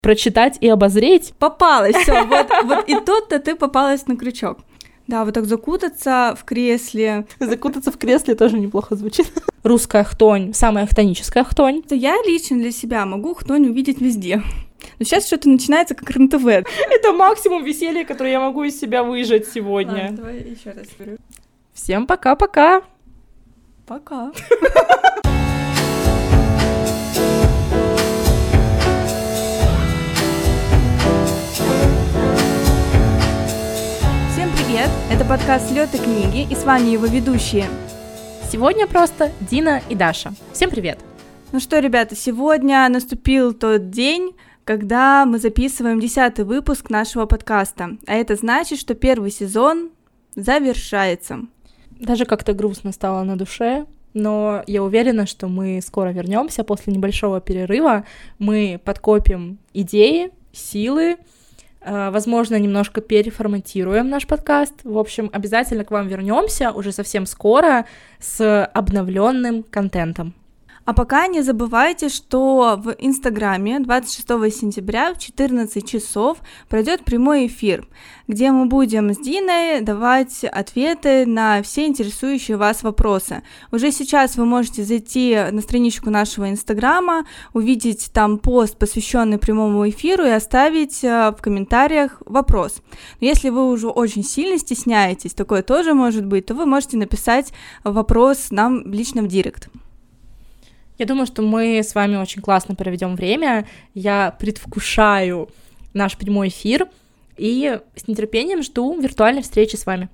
прочитать и обозреть. Попалась, все, вот и тут-то ты попалась на крючок. Да, вот так закутаться в кресле. Закутаться в кресле тоже неплохо звучит. Русская хтонь, самая хтоническая хтонь. Я лично для себя могу хтонь увидеть везде. Но сейчас что-то начинается как РЕН-ТВ. Это максимум веселья, который я могу из себя выжать сегодня. Ладно, давай еще раз беру. Всем пока-пока. Пока. Всем привет! Это подкаст «Лёд и книги», и с вами его ведущие. Сегодня просто Дина и Даша. Всем привет! Ну что, ребята, сегодня наступил тот день, когда мы записываем 10-й выпуск нашего подкаста. А это значит, что первый сезон завершается. Даже как-то грустно стало на душе, но я уверена, что мы скоро вернемся после небольшого перерыва. Мы подкопим идеи, силы, возможно, немножко переформатируем наш подкаст. В общем, обязательно к вам вернемся уже совсем скоро с обновленным контентом. А пока не забывайте, что в Инстаграме 26 сентября в 14 часов пройдет прямой эфир, где мы будем с Диной давать ответы на все интересующие вас вопросы. Уже сейчас вы можете зайти на страничку нашего Инстаграма, увидеть там пост, посвященный прямому эфиру, и оставить в комментариях вопрос. Но если вы уже очень сильно стесняетесь, такое тоже может быть, то вы можете написать вопрос нам лично в директ. Я думаю, что мы с вами очень классно проведем время. Я предвкушаю наш прямой эфир и с нетерпением жду виртуальной встречи с вами.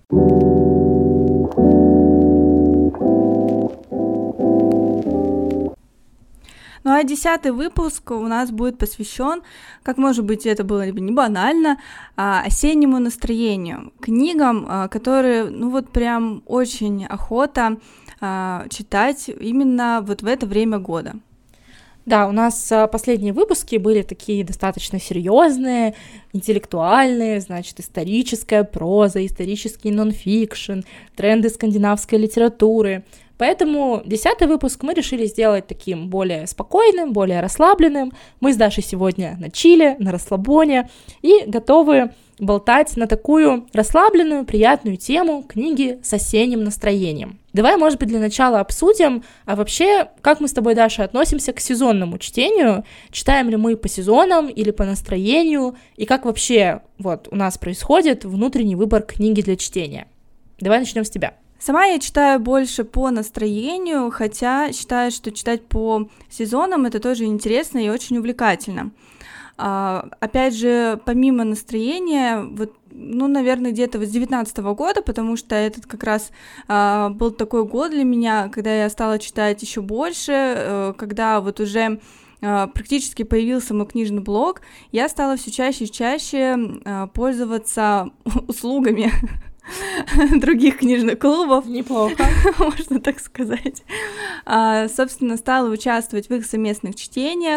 Ну а 10-й выпуск у нас будет посвящен, как может быть это было либо не банально, осеннему настроению, книгам, которые, ну вот прям очень охота читать именно вот в это время года. Да, у нас последние выпуски были такие достаточно серьезные, интеллектуальные, значит, историческая проза, исторический нонфикшн, тренды скандинавской литературы. Поэтому 10-й выпуск мы решили сделать таким более спокойным, более расслабленным. Мы с Дашей сегодня на чиле, на расслабоне и готовы болтать на такую расслабленную, приятную тему книги с осенним настроением. Давай, может быть, для начала обсудим, а вообще, как мы с тобой, Даша, относимся к сезонному чтению, читаем ли мы по сезонам или по настроению, и как вообще вот у нас происходит внутренний выбор книги для чтения. Давай начнем с тебя. Сама я читаю больше по настроению, хотя считаю, что читать по сезонам это тоже интересно и очень увлекательно. Опять же, помимо настроения, вот, ну, наверное, где-то вот с 19 года, потому что этот как раз был такой год для меня, когда я стала читать еще больше, когда вот уже практически появился мой книжный блог, я стала все чаще и чаще пользоваться услугами других книжных клубов. Неплохо. Можно так сказать. Собственно, стала участвовать в их совместных чтениях.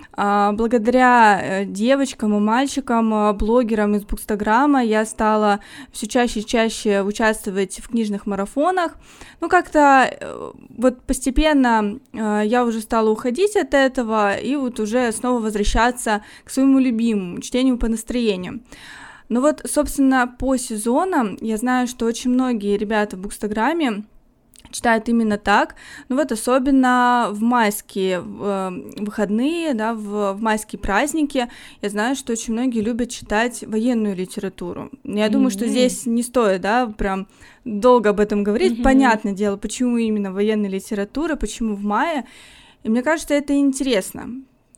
Благодаря девочкам и мальчикам, блогерам из Букстаграма я стала все чаще и чаще участвовать в книжных марафонах. Ну, как-то вот постепенно я уже стала уходить от этого и вот уже снова возвращаться к своему любимому чтению по настроению. Ну вот, собственно, по сезонам я знаю, что очень многие ребята в Букстаграме читают именно так, ну вот особенно в майские выходные, да, в майские праздники, я знаю, что очень многие любят читать военную литературу. Я думаю, что здесь не стоит, да, прям долго об этом говорить, понятное дело, почему именно военная литература, почему в мае, и мне кажется, это интересно.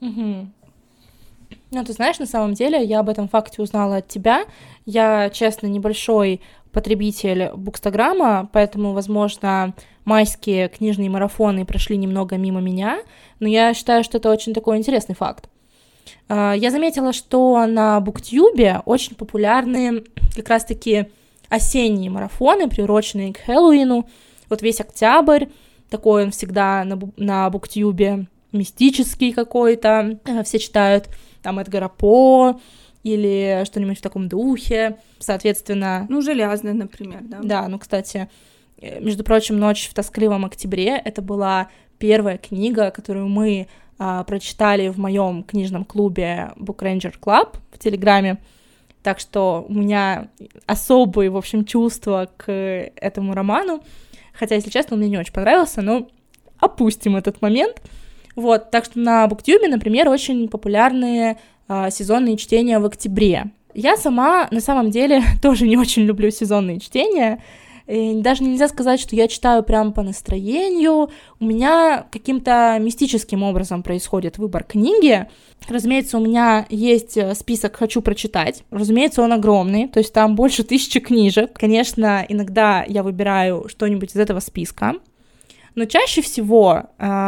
Ну, ты знаешь, на самом деле, я об этом факте узнала от тебя. Я, честно, небольшой потребитель Букстаграма, поэтому, возможно, майские книжные марафоны прошли немного мимо меня, но я считаю, что это очень такой интересный факт. Я заметила, что на Буктюбе очень популярны как раз-таки осенние марафоны, приуроченные к Хэллоуину. Вот весь октябрь, такой он всегда на Буктюбе, мистический какой-то, все читают там Эдгара По или что-нибудь в таком духе, соответственно... Ну, «Железный», например, да? Да, ну, кстати, между прочим, «Ночь в тоскливом октябре» — это была первая книга, которую мы прочитали в моем книжном клубе Book Ranger Club в Телеграме. Так что у меня особые, в общем, чувства к этому роману. Хотя, если честно, он мне не очень понравился, но опустим этот момент. Вот, так что на BookTube, например, очень популярные сезонные чтения в октябре. Я сама, на самом деле, тоже не очень люблю сезонные чтения. И даже нельзя сказать, что я читаю прям по настроению. У меня каким-то мистическим образом происходит выбор книги. Разумеется, у меня есть список «хочу прочитать». Разумеется, он огромный, то есть там больше 1000 книжек. Конечно, иногда я выбираю что-нибудь из этого списка. Но чаще всего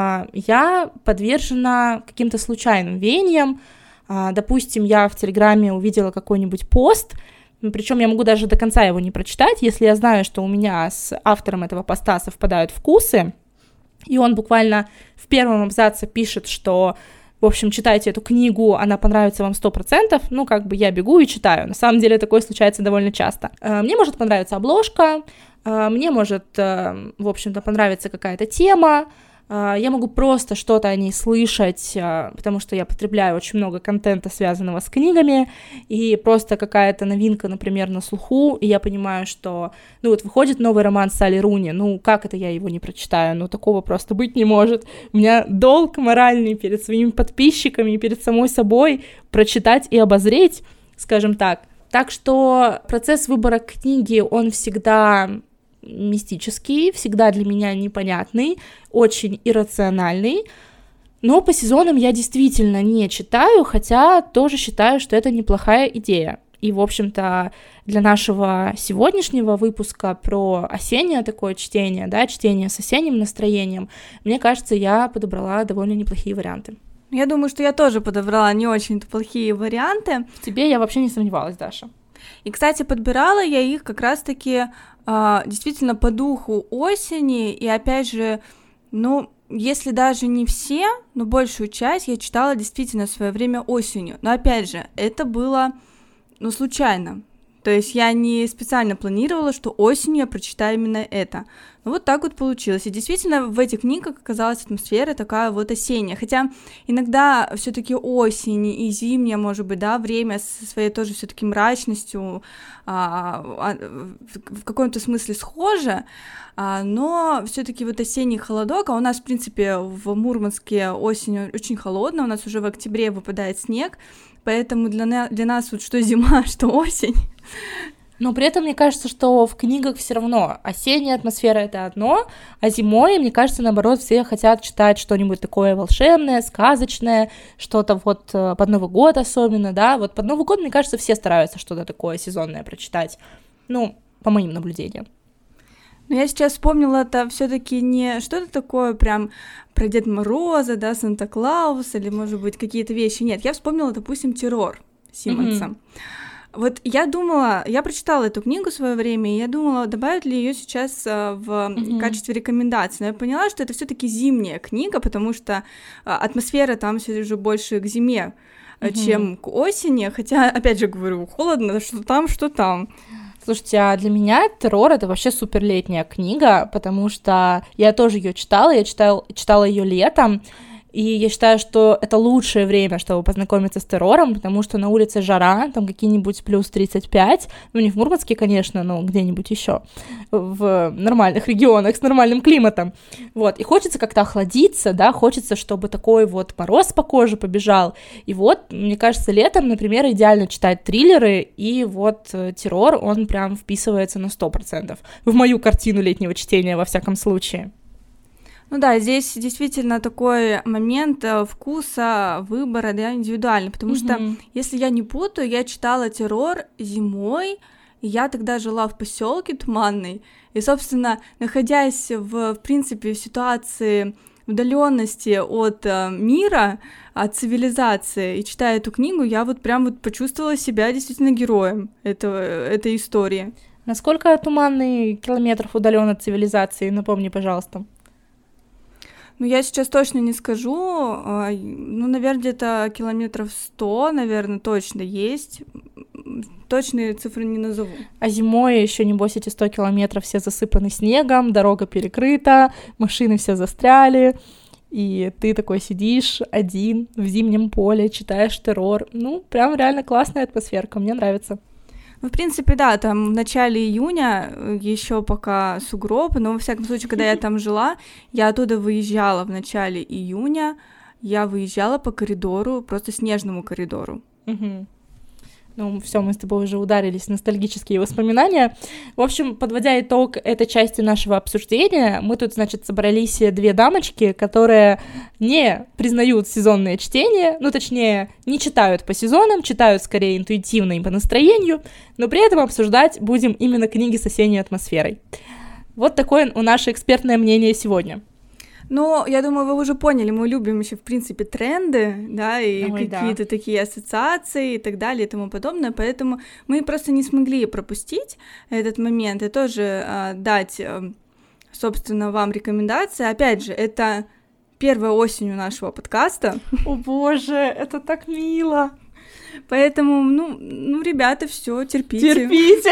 я подвержена каким-то случайным веяниям. Допустим, я в Телеграме увидела какой-нибудь пост, причем я могу даже до конца его не прочитать, если я знаю, что у меня с автором этого поста совпадают вкусы, и он буквально в первом абзаце пишет, что, в общем, читайте эту книгу, она понравится вам 100%, ну, как бы я бегу и читаю. На самом деле такое случается довольно часто. Мне может понравиться обложка, мне может, в общем-то, понравиться какая-то тема, я могу просто что-то о ней слышать, потому что я потребляю очень много контента, связанного с книгами, и просто какая-то новинка, например, на слуху, и я понимаю, что, ну вот выходит новый роман Салли Руни, ну как это я его не прочитаю, ну такого просто быть не может. У меня долг моральный перед своими подписчиками и перед самой собой прочитать и обозреть, скажем так. Так что процесс выбора книги, он всегда мистический, всегда для меня непонятный, очень иррациональный, но по сезонам я действительно не читаю, хотя тоже считаю, что это неплохая идея. И, в общем-то, для нашего сегодняшнего выпуска про осеннее такое чтение, да, чтение с осенним настроением, мне кажется, я подобрала довольно неплохие варианты. Я думаю, что я тоже подобрала не очень-то плохие варианты. В тебе я вообще не сомневалась, Даша. И, кстати, подбирала я их как раз-таки действительно по духу осени, и опять же, ну, если даже не все, но большую часть я читала действительно в свое время осенью. Но опять же, это было, ну, случайно. То есть я не специально планировала, что осенью я прочитаю именно это. Ну, вот так вот получилось. И действительно, в этих книгах оказалась атмосфера такая вот осенняя. Хотя иногда все-таки осень и зимняя, может быть, да, время со своей тоже все-таки мрачностью в каком-то смысле схоже, но все-таки вот осенний холодок, а у нас, в принципе, в Мурманске осень очень холодная, у нас уже в октябре выпадает снег, поэтому для нас вот что зима, что осень. Но при этом мне кажется, что в книгах все равно осенняя атмосфера — это одно, а зимой, мне кажется, наоборот, все хотят читать что-нибудь такое волшебное, сказочное, что-то вот под Новый год особенно, да, вот под Новый год, мне кажется, все стараются что-то такое сезонное прочитать, ну, по моим наблюдениям. Но я сейчас вспомнила, это все-таки не что-то такое прям про Деда Мороза, да, Санта-Клауса или, может быть, какие-то вещи. Нет, я вспомнила, допустим, «Террор» Симмонса. Вот я думала, я прочитала эту книгу в свое время, и я думала, добавить ли ее сейчас в качестве рекомендации. Но я поняла, что это все-таки зимняя книга, потому что атмосфера там все же больше к зиме, чем к осени. Хотя, опять же говорю, холодно, что там, что там. Слушайте, а для меня «Террор» — это вообще суперлетняя книга, потому что я тоже ее читала, я читала ее летом, и я считаю, что это лучшее время, чтобы познакомиться с террором, потому что на улице жара, там какие-нибудь плюс 35, ну не в Мурманске, конечно, но где-нибудь еще в нормальных регионах с нормальным климатом, вот, и хочется как-то охладиться, да, хочется, чтобы такой вот мороз по коже побежал, и вот, мне кажется, летом, например, идеально читать триллеры, и вот «Террор», он прям вписывается на 100% в мою картину летнего чтения, во всяком случае. Ну да, здесь действительно такой момент вкуса, выбора, да, индивидуальный, потому что, если я не путаю, я читала «Террор» зимой, и я тогда жила в поселке Туманный, и, собственно, находясь в принципе, в ситуации удаленности от мира, от цивилизации, и читая эту книгу, я вот прям вот почувствовала себя действительно героем этой истории. Насколько Туманный километров удален от цивилизации, напомни, пожалуйста. Ну, я сейчас точно не скажу, ну, наверное, где-то километров 100, наверное, точно есть, точные цифры не назову. А зимой еще, небось, эти 100 километров все засыпаны снегом, дорога перекрыта, машины все застряли, и ты такой сидишь один в зимнем поле, читаешь террор. Ну, прям реально классная атмосферка, мне нравится. Ну, в принципе, да, там в начале июня еще пока сугроб, но, во всяком случае, когда я там жила, я оттуда выезжала в начале июня, я выезжала по коридору, просто снежному коридору. Угу. Ну, все, мы с тобой уже ударились в ностальгические воспоминания. В общем, подводя итог этой части нашего обсуждения, мы тут, значит, собрались две дамочки, которые не признают сезонное чтение, ну, точнее, не читают по сезонам, читают скорее интуитивно и по настроению, но при этом обсуждать будем именно книги с осенней атмосферой. Вот такое наше экспертное мнение сегодня. Ну, я думаю, вы уже поняли, мы любим еще, в принципе, тренды, да, и какие-то такие ассоциации и так далее и тому подобное, поэтому мы просто не смогли пропустить этот момент и тоже дать, собственно, вам рекомендации. Опять же, это первая осень у нашего подкаста. О боже, это так мило! Поэтому, ну, ребята, все, терпите. Терпите!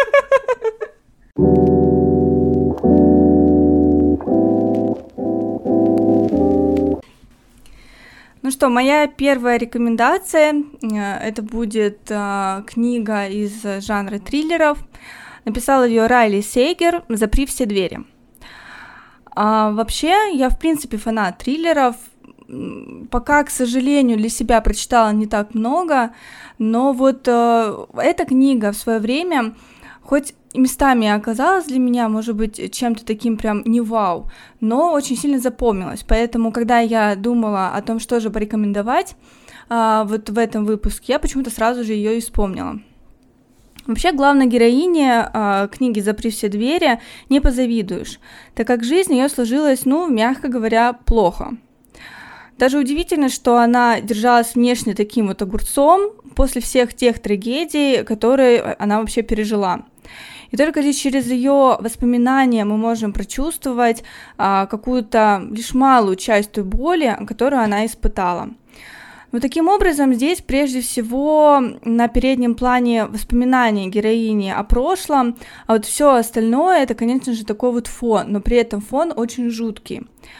Ну что, моя первая рекомендация, это будет книга из жанра триллеров. Написала ее Райли Сейгер «Запри все двери». Вообще, я, в принципе, фанат триллеров. Пока, к сожалению, для себя прочитала не так много, но вот эта книга в свое время, хоть местами оказалась для меня, может быть, чем-то таким прям не вау, но очень сильно запомнилась. Поэтому, когда я думала о том, что же порекомендовать вот в этом выпуске, я почему-то сразу же ее и вспомнила. Вообще, главной героине книги «Запри все двери» не позавидуешь, так как жизнь ее сложилась, ну, мягко говоря, плохо. Даже удивительно, что она держалась внешне таким вот огурцом после всех тех трагедий, которые она вообще пережила. И только лишь через ее воспоминания мы можем прочувствовать какую-то лишь малую часть той боли, которую она испытала. Но таким образом здесь прежде всего на переднем плане воспоминания героини о прошлом, а вот все остальное это, конечно же, такой вот фон, но при этом фон очень жуткий.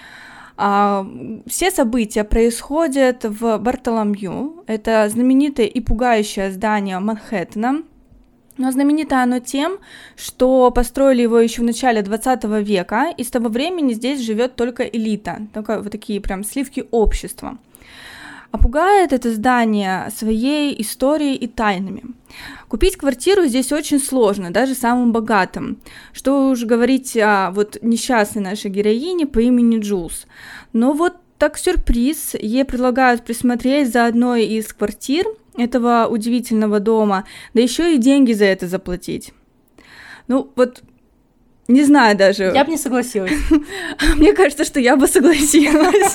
Все события происходят в Бартоломью, это знаменитое и пугающее здание Манхэттена. Но знаменито оно тем, что построили его еще в начале 20 века, и с того времени здесь живет только элита, только вот такие прям сливки общества. А пугает это здание своей историей и тайнами. Купить квартиру здесь очень сложно, даже самым богатым. Что уж говорить о вот несчастной нашей героине по имени Джулс. Но вот так сюрприз, ей предлагают присмотреть за одной из квартир этого удивительного дома, да еще и деньги за это заплатить. Ну вот, не знаю даже. Я бы не согласилась. Мне кажется, что я бы согласилась.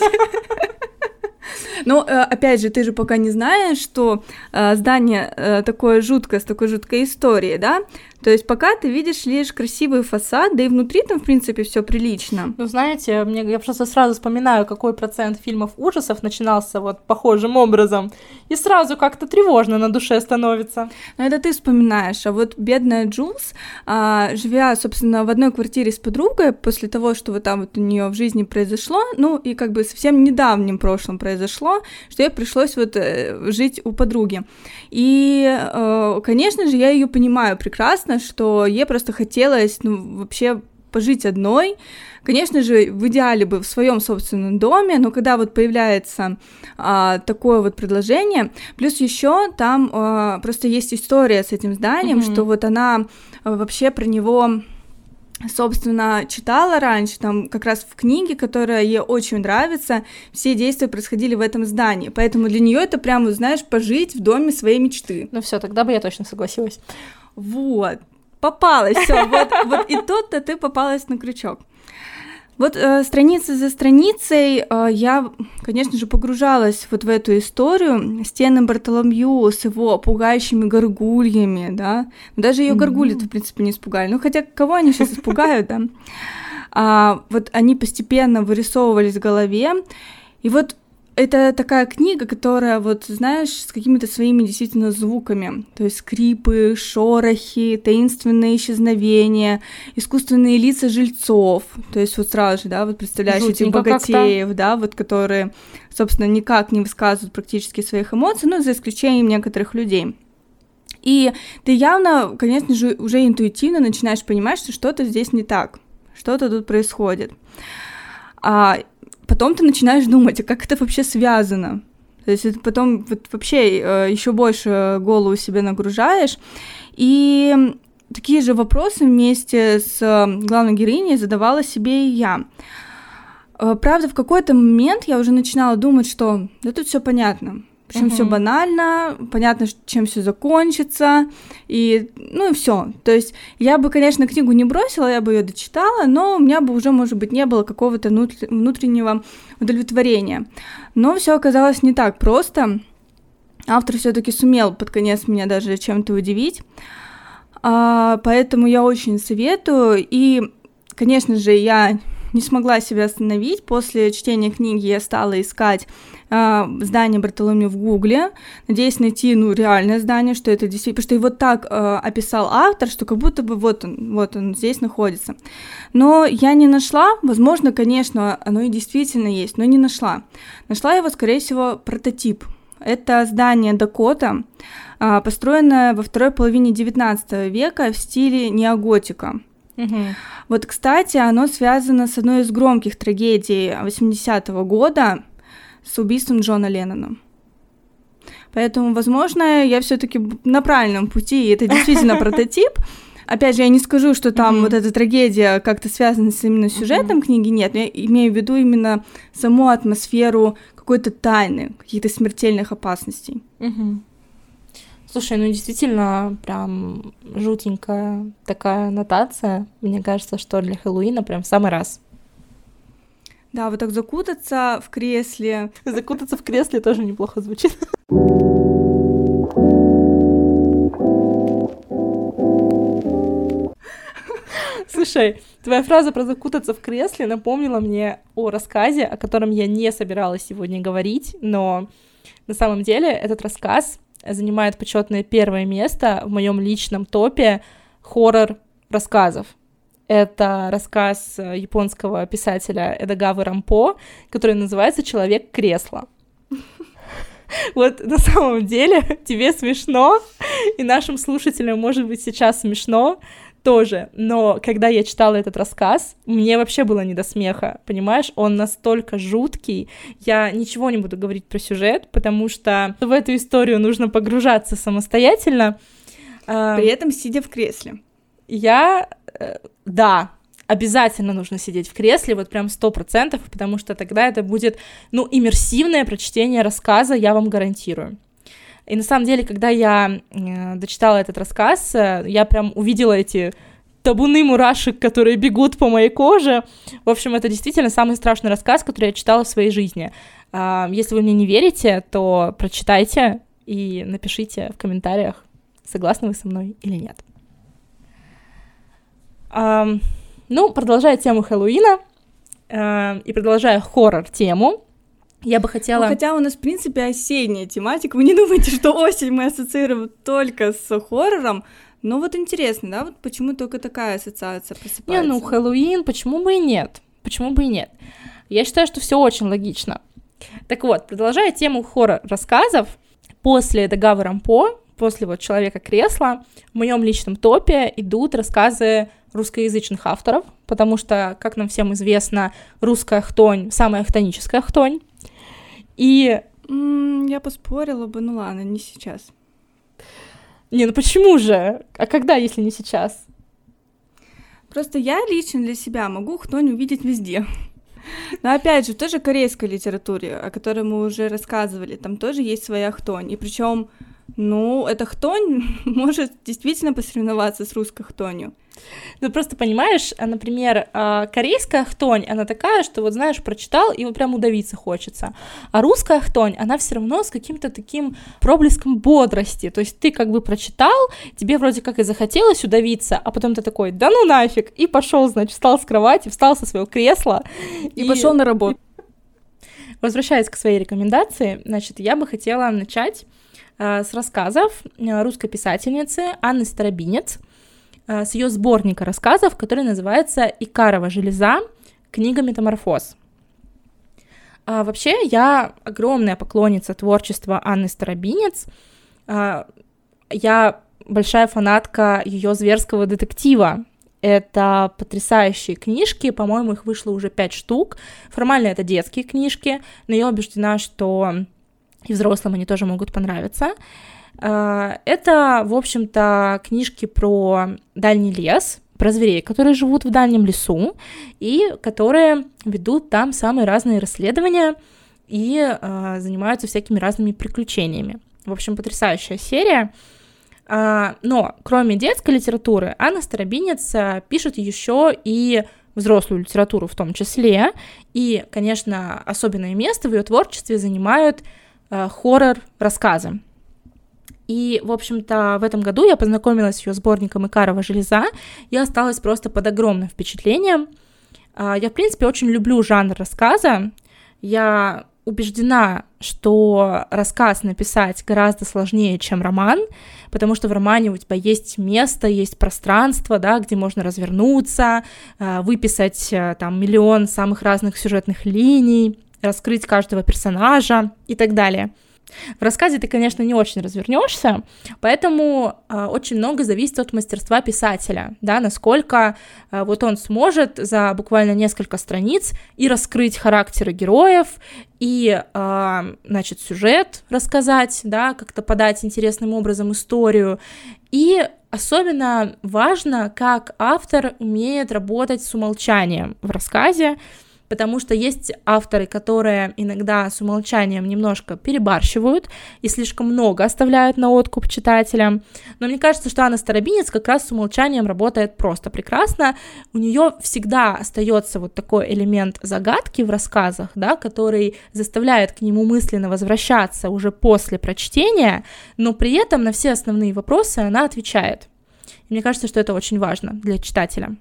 Но, опять же, ты же пока не знаешь, что здание такое жуткое, с такой жуткой историей, да? То есть пока ты видишь лишь красивый фасад, да и внутри там, в принципе, все прилично. Ну, знаете, я просто сразу вспоминаю, какой процент фильмов ужасов начинался вот похожим образом, и сразу как-то тревожно на душе становится. Ну, это ты вспоминаешь, а вот бедная Джулс, живя, собственно, в одной квартире с подругой, после того, что вот там вот у нее в жизни произошло, ну, и как бы совсем недавнем прошлом произошло, что ей пришлось вот жить у подруги. И, конечно же, я ее понимаю прекрасно, что ей просто хотелось, ну, вообще пожить одной. Конечно же, в идеале бы в своем собственном доме, но когда вот появляется такое вот предложение, плюс еще там просто есть история с этим зданием, что вот она вообще про него, собственно, читала раньше, там как раз в книге, которая ей очень нравится, все действия происходили в этом здании, поэтому для нее это прямо, знаешь, пожить в доме своей мечты. Ну все, тогда бы я точно согласилась. Вот, попалась, все, вот и тут-то ты попалась на крючок. Вот страница за страницей я, конечно же, погружалась вот в эту историю. Стены Бартоломью с его пугающими горгульями, да, даже ее горгульи-то, в принципе, не испугали, ну хотя кого они сейчас испугают, да, вот они постепенно вырисовывались в голове, и вот Это такая книга, которая, вот, знаешь, с какими-то своими действительно звуками, то есть скрипы, шорохи, таинственные исчезновения, искусственные лица жильцов, то есть вот сразу же, да, вот представляешь этих богатеев, как-то, да, вот, которые, собственно, никак не высказывают практически своих эмоций, ну, за исключением некоторых людей. И ты явно, конечно же, уже интуитивно начинаешь понимать, что что-то здесь не так, что-то тут происходит. Потом ты начинаешь думать, а как это вообще связано? То есть это потом вот вообще еще больше голову себе нагружаешь. И такие же вопросы вместе с главной героиней задавала себе и я. Правда, в какой-то момент я уже начинала думать, что да тут все понятно. Причем все банально, понятно, чем все закончится, и все. То есть я бы, конечно, книгу не бросила, я бы ее дочитала, но у меня бы уже, может быть, не было какого-то внутреннего удовлетворения. Но все оказалось не так просто. Автор все-таки сумел под конец меня даже чем-то удивить, поэтому я очень советую. И, конечно же, я не смогла себя остановить. После чтения книги я стала искать здание Бартоломью в Гугле, надеясь найти, реальное здание, что это действительно... Потому что его так описал автор, что как будто бы вот он здесь находится. Но я не нашла, возможно, конечно, оно и действительно есть, но не нашла. Нашла его, скорее всего, прототип. Это здание Дакота, построенное во второй половине XIX века в стиле неоготика. Вот, кстати, оно связано с одной из громких трагедий 80-го года, с убийством Джона Леннона. Поэтому, возможно, я все-таки на правильном пути, и это действительно прототип. Опять же, я не скажу, что там вот эта трагедия как-то связана с именно сюжетом книги, нет, я имею в виду именно саму атмосферу какой-то тайны, каких-то смертельных опасностей. Слушай, действительно, прям жутенькая такая аннотация. Мне кажется, что для Хэллоуина прям в самый раз. Да, вот так закутаться в кресле. Закутаться в кресле тоже неплохо звучит. Слушай, твоя фраза про закутаться в кресле напомнила мне о рассказе, о котором я не собиралась сегодня говорить, но на самом деле этот рассказ занимает почетное первое место в моем личном топе хоррор-рассказов. Это рассказ японского писателя Эдагавы Рампо, который называется «Человек-кресло». Вот на самом деле тебе смешно, и нашим слушателям, может быть, сейчас смешно тоже, но когда я читала этот рассказ, мне вообще было не до смеха, понимаешь? Он настолько жуткий, я ничего не буду говорить про сюжет, потому что в эту историю нужно погружаться самостоятельно. При этом сидя в кресле. Да, обязательно нужно сидеть в кресле, вот прям 100%, потому что тогда это будет, иммерсивное прочтение рассказа, я вам гарантирую. И на самом деле, когда я дочитала этот рассказ, я прям увидела эти табуны мурашек, которые бегут по моей коже. В общем, это действительно самый страшный рассказ, который я читала в своей жизни. Если вы мне не верите, то прочитайте и напишите в комментариях, согласны вы со мной или нет. Продолжая тему Хэллоуина и продолжая хоррор-тему, я бы хотела... Хотя у нас, в принципе, осенняя тематика. Вы не думаете, что осень мы ассоциируем только с хоррором? Но вот интересно, да, вот почему только такая ассоциация просыпается? Хэллоуин, почему бы и нет? Почему бы и нет? Я считаю, что все очень логично. Так вот, продолжая тему хоррор-рассказов, после Эдагавы Рампо, после вот «Человека-кресла», в моем личном топе идут рассказы русскоязычных авторов, потому что, как нам всем известно, русская хтонь — самая хтоническая хтонь. И... Я поспорила бы, ладно, не сейчас. Почему же? А когда, если не сейчас? Просто я лично для себя могу хтонь увидеть везде. Но опять же, в той же корейской литературе, о которой мы уже рассказывали, там тоже есть своя хтонь. И причем, эта хтонь может действительно посоревноваться с русской хтонью. Просто понимаешь, например, корейская хтонь, она такая, что вот знаешь, прочитал, и вот прям удавиться хочется. А русская хтонь, она все равно с каким-то таким проблеском бодрости. То есть ты как бы прочитал, тебе вроде как и захотелось удавиться, а потом ты такой, да ну нафиг, и пошел, значит, встал с кровати, встал со своего кресла. И пошел на работу. Возвращаясь к своей рекомендации, значит, я бы хотела начать с рассказов русской писательницы Анны Старобинец, с ее сборника рассказов, который называется «Икарова железа. Книга метаморфоз». Вообще, я огромная поклонница творчества Анны Старобинец. Я большая фанатка ее зверского детектива. Это потрясающие книжки, по-моему, их вышло уже 5 штук. Формально это детские книжки, но я убеждена, что и взрослым они тоже могут понравиться. Это, в общем-то, книжки про дальний лес, про зверей, которые живут в дальнем лесу и которые ведут там самые разные расследования и занимаются всякими разными приключениями. В общем, потрясающая серия. Но кроме детской литературы, Анна Старобинец пишет еще и взрослую литературу в том числе. И, конечно, особенное место в ее творчестве занимают хоррор-рассказы. И, в общем-то, в этом году я познакомилась с ее сборником «Икарова железа» и осталась просто под огромным впечатлением. Я, в принципе, очень люблю жанр рассказа. Я убеждена, что рассказ написать гораздо сложнее, чем роман, потому что в романе у тебя есть место, есть пространство, да, где можно развернуться, выписать там миллион самых разных сюжетных линий, раскрыть каждого персонажа и так далее. В рассказе ты, конечно, не очень развернешься, поэтому очень много зависит от мастерства писателя, да, насколько вот он сможет за буквально несколько страниц и раскрыть характеры героев, и, значит, сюжет рассказать, да, как-то подать интересным образом историю, и особенно важно, как автор умеет работать с умолчанием в рассказе, потому что есть авторы, которые иногда с умолчанием немножко перебарщивают и слишком много оставляют на откуп читателям. Но мне кажется, что Анна Старобинец как раз с умолчанием работает просто прекрасно. У нее всегда остается вот такой элемент загадки в рассказах, да, который заставляет к нему мысленно возвращаться уже после прочтения, но при этом на все основные вопросы она отвечает. И мне кажется, что это очень важно для читателя.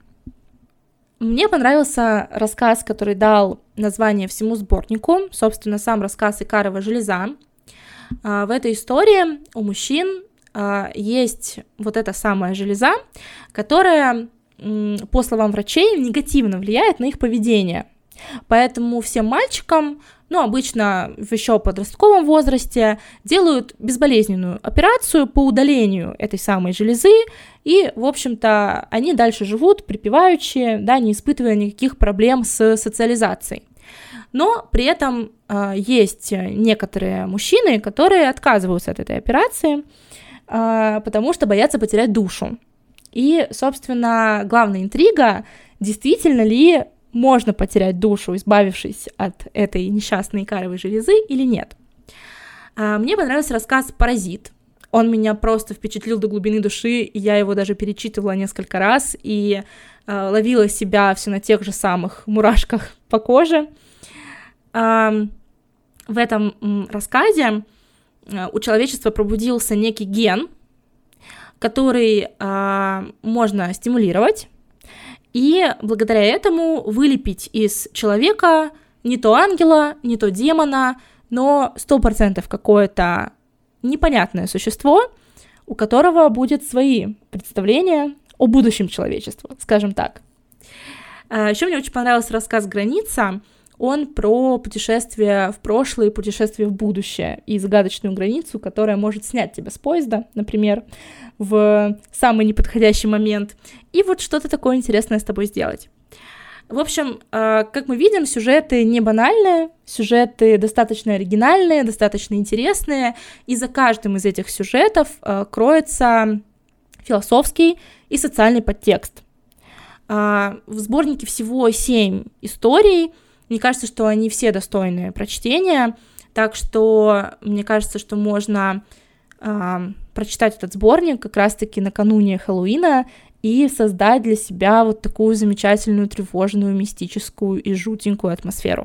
Мне понравился рассказ, который дал название всему сборнику, собственно, сам рассказ «Икарова железа». В этой истории у мужчин есть вот эта самая железа, которая, по словам врачей, негативно влияет на их поведение. Поэтому всем мальчикам, обычно в еще подростковом возрасте, делают безболезненную операцию по удалению этой самой железы, и, в общем-то, они дальше живут припеваючи, да, не испытывая никаких проблем с социализацией. Но при этом есть некоторые мужчины, которые отказываются от этой операции, потому что боятся потерять душу. И, собственно, главная интрига, действительно ли можно потерять душу, избавившись от этой несчастной икаровой железы, или нет. Мне понравился рассказ «Паразит». Он меня просто впечатлил до глубины души, и я его даже перечитывала несколько раз и ловила себя все на тех же самых мурашках по коже. В этом рассказе у человечества пробудился некий ген, который можно стимулировать, и благодаря этому вылепить из человека не то ангела, не то демона, но 100% какое-то непонятное существо, у которого будет свои представления о будущем человечества, скажем так. Еще мне очень понравился рассказ «Граница». Он про путешествие в прошлое и путешествие в будущее и загадочную границу, которая может снять тебя с поезда, например, в самый неподходящий момент, и вот что-то такое интересное с тобой сделать. В общем, как мы видим, сюжеты не банальные, сюжеты достаточно оригинальные, достаточно интересные, и за каждым из этих сюжетов кроется философский и социальный подтекст. В сборнике всего 7 историй. Мне кажется, что они все достойны прочтения, так что мне кажется, что можно прочитать этот сборник как раз-таки накануне Хэллоуина и создать для себя вот такую замечательную, тревожную, мистическую и жутенькую атмосферу.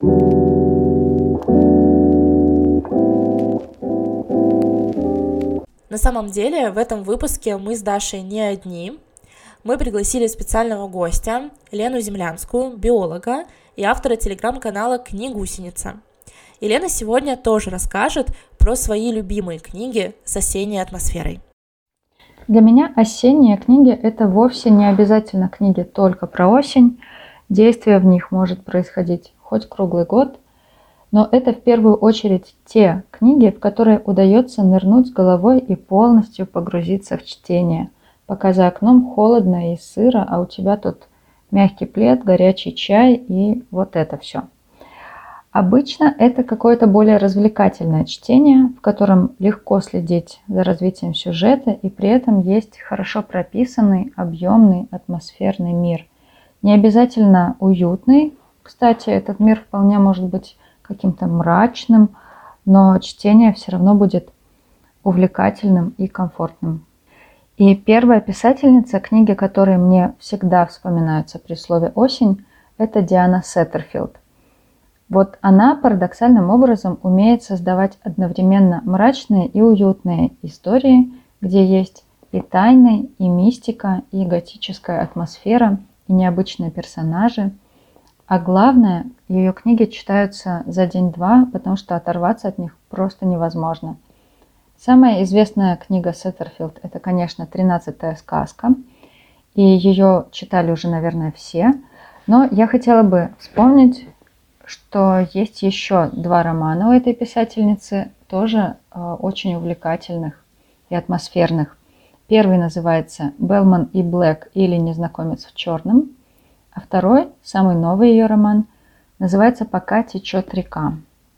На самом деле, в этом выпуске мы с Дашей не одни. Мы пригласили специального гостя, Лену Землянскую, биолога и автора телеграм-канала «Книгусеница». И Лена сегодня тоже расскажет про свои любимые книги с осенней атмосферой. Для меня осенние книги – это вовсе не обязательно книги только про осень. Действие в них может происходить хоть круглый год, но это в первую очередь те книги, в которые удается нырнуть с головой и полностью погрузиться в чтение, пока за окном холодно и сыро, а у тебя тут мягкий плед, горячий чай и вот это все. Обычно это какое-то более развлекательное чтение, в котором легко следить за развитием сюжета, и при этом есть хорошо прописанный, объемный, атмосферный мир. Не обязательно уютный. Кстати, этот мир вполне может быть каким-то мрачным, но чтение все равно будет увлекательным и комфортным. И первая писательница, книги которой мне всегда вспоминаются при слове «осень», это Диана Сеттерфилд. Вот она парадоксальным образом умеет создавать одновременно мрачные и уютные истории, где есть и тайны, и мистика, и готическая атмосфера, и необычные персонажи. А главное, ее книги читаются за день-два, потому что оторваться от них просто невозможно. Самая известная книга Сеттерфилд – это, конечно, «13-я сказка», и ее читали уже, наверное, все. Но я хотела бы вспомнить, что есть еще 2 романа у этой писательницы, тоже очень увлекательных и атмосферных. Первый называется «Белман и Блэк» или «Незнакомец в черном», а второй, самый новый ее роман, называется «Пока течет река».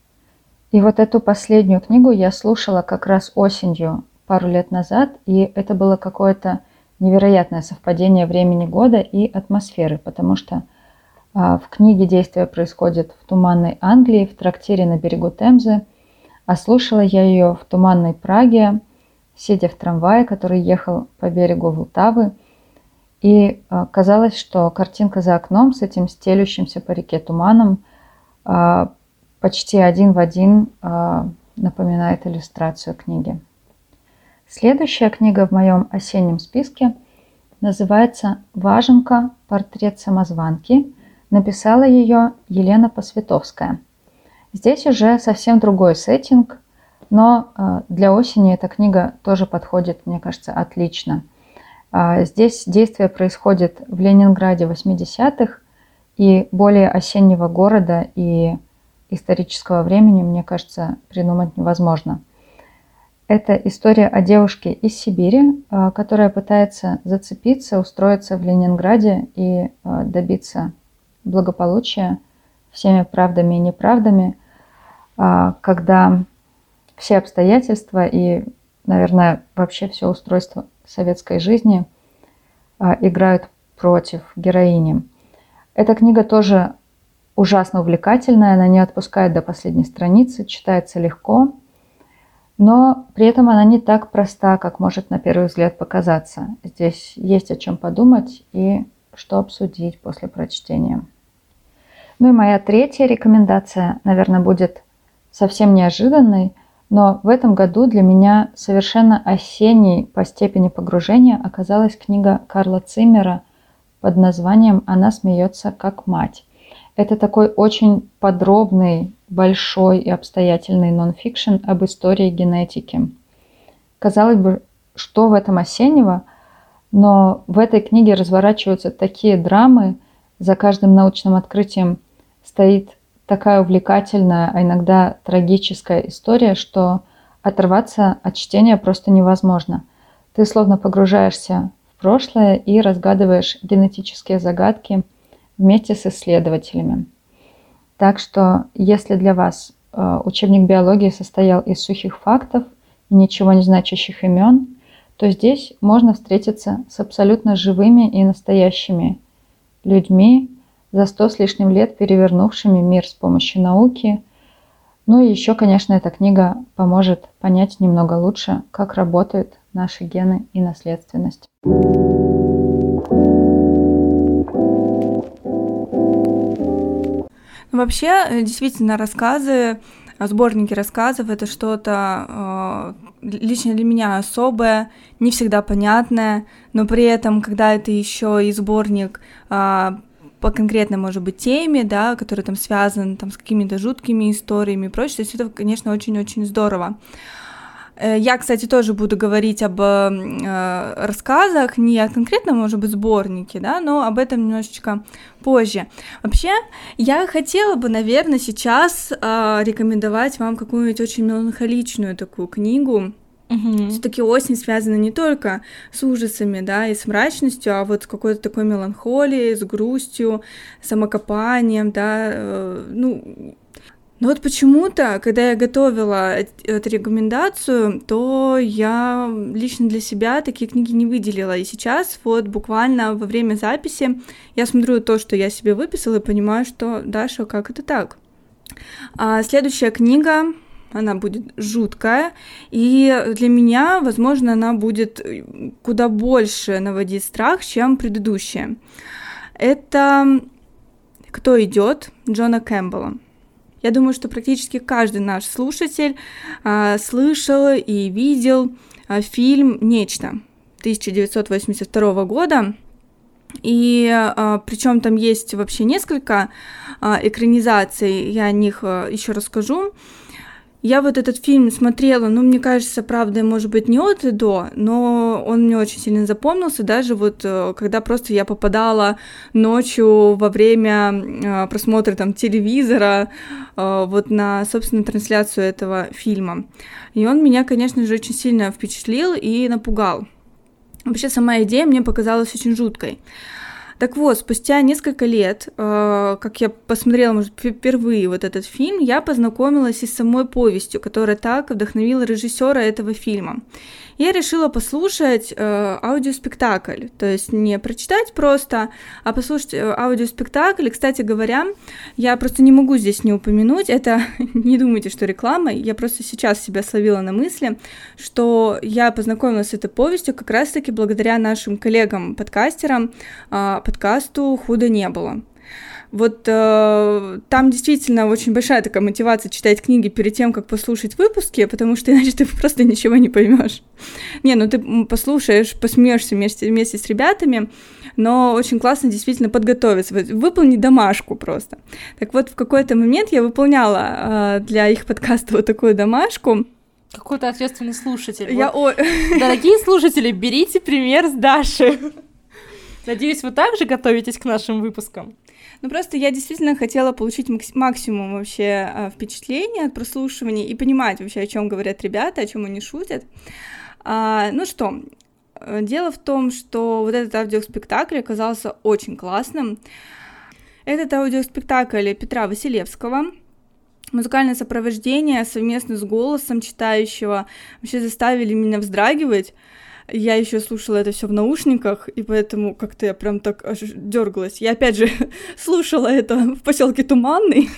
И вот эту последнюю книгу я слушала как раз осенью пару лет назад, и это было какое-то невероятное совпадение времени года и атмосферы, потому что в книге действие происходит в туманной Англии, в трактире на берегу Темзы, а слушала я ее в туманной Праге, сидя в трамвае, который ехал по берегу Влтавы, и казалось, что картинка за окном с этим стелющимся по реке туманом почти один в один напоминает иллюстрацию книги. Следующая книга в моем осеннем списке называется «Важенка. Портрет самозванки». Написала ее Елена Посветовская. Здесь уже совсем другой сеттинг, но для осени эта книга тоже подходит, мне кажется, отлично. Здесь действие происходит в Ленинграде 80-х, и более осеннего города и исторического времени, мне кажется, придумать невозможно. Это история о девушке из Сибири, которая пытается зацепиться, устроиться в Ленинграде и добиться благополучия всеми правдами и неправдами, когда все обстоятельства и, наверное, вообще все устройство советской жизни играют против героини. Эта книга тоже ужасно увлекательная, она не отпускает до последней страницы, читается легко, но при этом она не так проста, как может на первый взгляд показаться. Здесь есть о чем подумать и что обсудить после прочтения. Ну и моя третья рекомендация, наверное, будет совсем неожиданной, но в этом году для меня совершенно осенней по степени погружения оказалась книга Карла Циммера под названием «Она смеется как мать». Это такой очень подробный, большой и обстоятельный нон-фикшн об истории генетики. Казалось бы, что в этом осеннего, но в этой книге разворачиваются такие драмы, за каждым научным открытием стоит такая увлекательная, а иногда трагическая история, что оторваться от чтения просто невозможно. Ты словно погружаешься в прошлое и разгадываешь генетические загадки вместе с исследователями. Так что, если для вас учебник биологии состоял из сухих фактов и ничего не значащих имен, то здесь можно встретиться с абсолютно живыми и настоящими людьми, за 100 с лишним лет перевернувшими мир с помощью науки. Ну и еще, конечно, эта книга поможет понять немного лучше, как работают наши гены и наследственность. Вообще, действительно, рассказы, сборники рассказов — это что-то лично для меня особое, не всегда понятное, но при этом, когда это еще и сборник по конкретной, может быть, теме, да, которая там связана там, с какими-то жуткими историями и прочее. То есть это, конечно, очень-очень здорово. Я, кстати, тоже буду говорить об рассказах, не о конкретном, может быть, сборнике, да, но об этом немножечко позже. Вообще, я хотела бы, наверное, сейчас рекомендовать вам какую-нибудь очень меланхоличную такую книгу. Все-таки осень связана не только с ужасами, да, и с мрачностью, а вот с какой-то такой меланхолией, с грустью, самокопанием, да, Но вот почему-то, когда я готовила эту рекомендацию, то я лично для себя такие книги не выделила. И сейчас вот буквально во время записи я смотрю то, что я себе выписала, и понимаю, что, Даша, как это так? Следующая книга, она будет жуткая, и для меня, возможно, она будет куда больше наводить страх, чем предыдущая. Это «Кто идет» Джона Кэмпбелла. Я думаю, что практически каждый наш слушатель слышал и видел фильм «Нечто» 1982 года. И причем там есть вообще несколько экранизаций, я о них еще расскажу. Я вот этот фильм смотрела, мне кажется, правда, может быть, не от и до, но он мне очень сильно запомнился, даже вот когда просто я попадала ночью во время просмотра там телевизора вот на, собственно, трансляцию этого фильма. И он меня, конечно же, очень сильно впечатлил и напугал. Вообще, сама идея мне показалась очень жуткой. Так вот, спустя несколько лет, как я посмотрела, может, впервые вот этот фильм, я познакомилась и с самой повестью, которая так вдохновила режиссера этого фильма. Я решила послушать аудиоспектакль, то есть не прочитать просто, а послушать аудиоспектакль. И, кстати говоря, я просто не могу здесь не упомянуть, это не думайте, что реклама, я просто сейчас себя словила на мысли, что я познакомилась с этой повестью как раз-таки благодаря нашим коллегам-подкастерам, подкасту «Худо не было». Вот там действительно очень большая такая мотивация читать книги перед тем, как послушать выпуски, потому что иначе ты просто ничего не поймешь. Ты послушаешь, посмеешься вместе с ребятами, но очень классно действительно подготовиться, выполнить домашку просто. Так вот, в какой-то момент я выполняла для их подкаста вот такую домашку. Какой-то ответственный слушатель. Дорогие слушатели, берите пример с Даши. Надеюсь, вы также готовитесь к нашим выпускам. Просто я действительно хотела получить максимум вообще впечатлений от прослушивания и понимать вообще, о чем говорят ребята, о чем они шутят. Дело в том, что вот этот аудиоспектакль оказался очень классным. Этот аудиоспектакль Петра Василевского. Музыкальное сопровождение совместно с голосом читающего вообще заставили меня вздрагивать. Я еще слушала это все в наушниках, и поэтому как-то я прям так аж дергалась. Я опять же слушала это в поселке Туманный.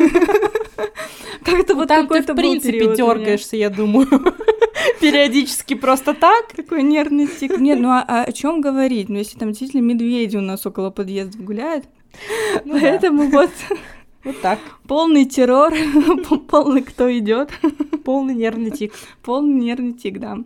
Как-то вот там ты, в принципе, дергаешься, я думаю. Периодически просто так. Такой нервный тик. Нет, о чем говорить? Если там действительно медведи у нас около подъезда гуляют. Поэтому вот так. Полный террор, полный кто идет. Полный нервный тик. Полный нервный тик, да.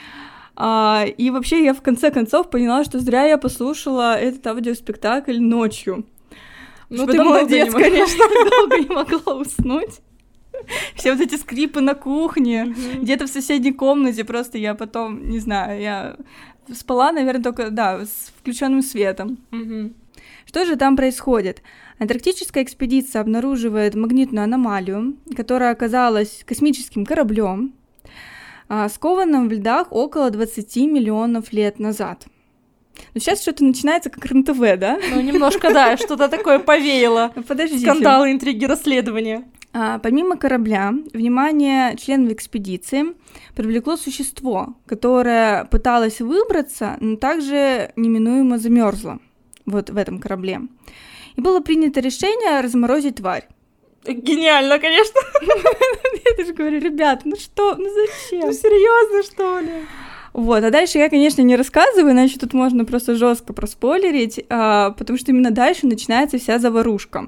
И вообще я в конце концов поняла, что зря я послушала этот аудиоспектакль ночью. Ты молодец, конечно. Долго не могла уснуть. Все вот эти скрипы на кухне, где-то в соседней комнате, просто я потом, не знаю, я спала, наверное, только, с включенным светом. Что же там происходит? Антарктическая экспедиция обнаруживает магнитную аномалию, которая оказалась космическим кораблем, скованным в льдах около 20 миллионов лет назад. Сейчас что-то начинается как РНТВ, да? Немножко, да, что-то такое повеяло. Подождите. Скандалы, интриги, расследования. Помимо корабля, внимание членов экспедиции привлекло существо, которое пыталось выбраться, но также неминуемо замерзло вот в этом корабле. И было принято решение разморозить тварь. Гениально, конечно. Я же говорю, ребят, зачем? Серьезно, что ли? Вот, а дальше я, конечно, не рассказываю, иначе тут можно просто жестко проспойлерить, потому что именно дальше начинается вся заварушка.